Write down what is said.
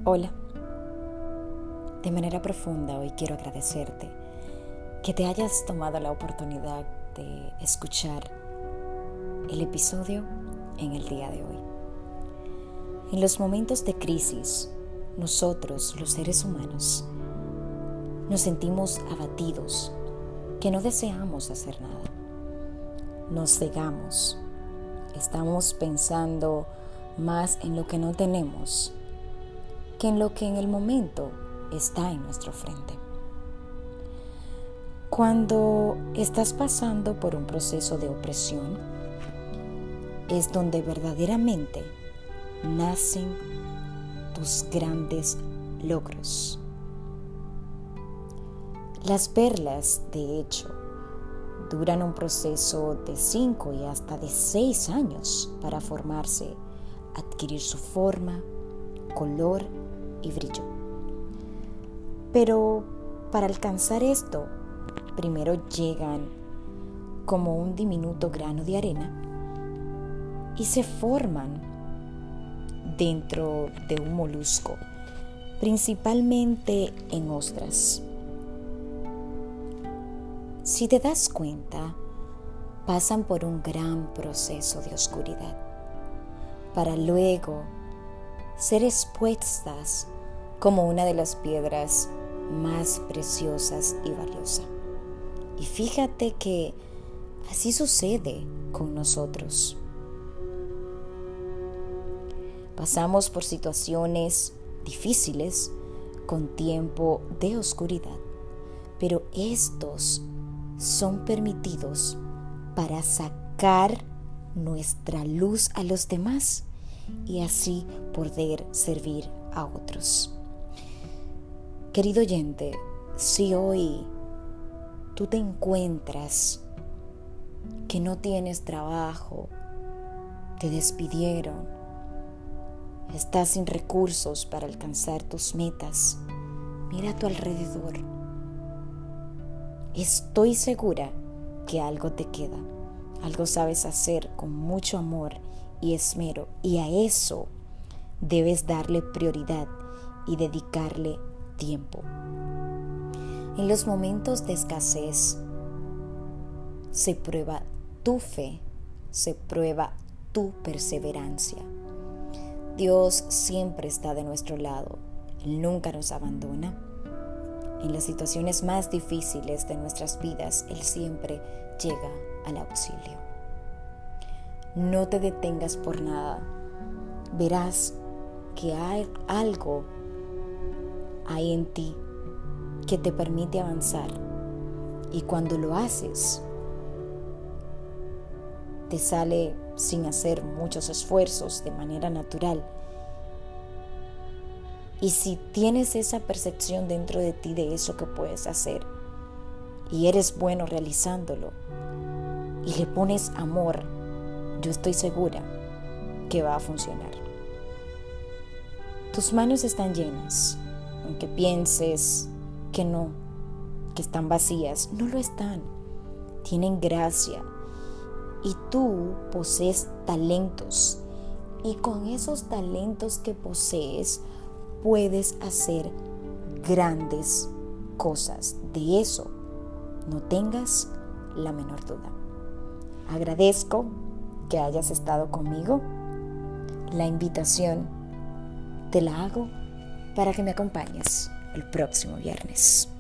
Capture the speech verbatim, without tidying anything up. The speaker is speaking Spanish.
Hola, de manera profunda hoy quiero agradecerte que te hayas tomado la oportunidad de escuchar el episodio en el día de hoy. En los momentos de crisis, nosotros, los seres humanos, nos sentimos abatidos, que no deseamos hacer nada. Nos cegamos, estamos pensando más en lo que no tenemos que en lo que en el momento está en nuestro frente. Cuando estás pasando por un proceso de opresión, es donde verdaderamente nacen tus grandes logros. Las perlas, de hecho, duran un proceso de cinco y hasta de seis años para formarse, adquirir su forma, color y brillo. Pero para alcanzar esto, primero llegan como un diminuto grano de arena y se forman dentro de un molusco, principalmente en ostras. Si te das cuenta, pasan por un gran proceso de oscuridad, para luego ser expuestas como una de las piedras más preciosas y valiosas. Y fíjate que así sucede con nosotros. Pasamos por situaciones difíciles con tiempo de oscuridad, pero estos son permitidos para sacar nuestra luz a los demás y así poder servir a otros. Querido oyente, si hoy tú te encuentras que no tienes trabajo, te despidieron, estás sin recursos para alcanzar tus metas, mira a tu alrededor. Estoy segura que algo te queda, algo sabes hacer con mucho amor y esmero, y a eso debes darle prioridad y dedicarle tiempo. En los momentos de escasez se prueba tu fe, se prueba tu perseverancia. Dios siempre está de nuestro lado, Él nunca nos abandona. En las situaciones más difíciles de nuestras vidas, Él siempre llega al auxilio. No te detengas por nada. Verás que hay algo hay en ti que te permite avanzar. Y cuando lo haces, te sale sin hacer muchos esfuerzos, de manera natural. Y si tienes esa percepción dentro de ti de eso que puedes hacer, y eres bueno realizándolo, y le pones amor, yo estoy segura que va a funcionar. Tus manos están llenas, aunque pienses que no, que están vacías, no lo están. Tienen gracia y tú posees talentos, y con esos talentos que posees puedes hacer grandes cosas. De eso no tengas la menor duda. Agradezco que hayas estado conmigo. La invitación te la hago para que me acompañes el próximo viernes.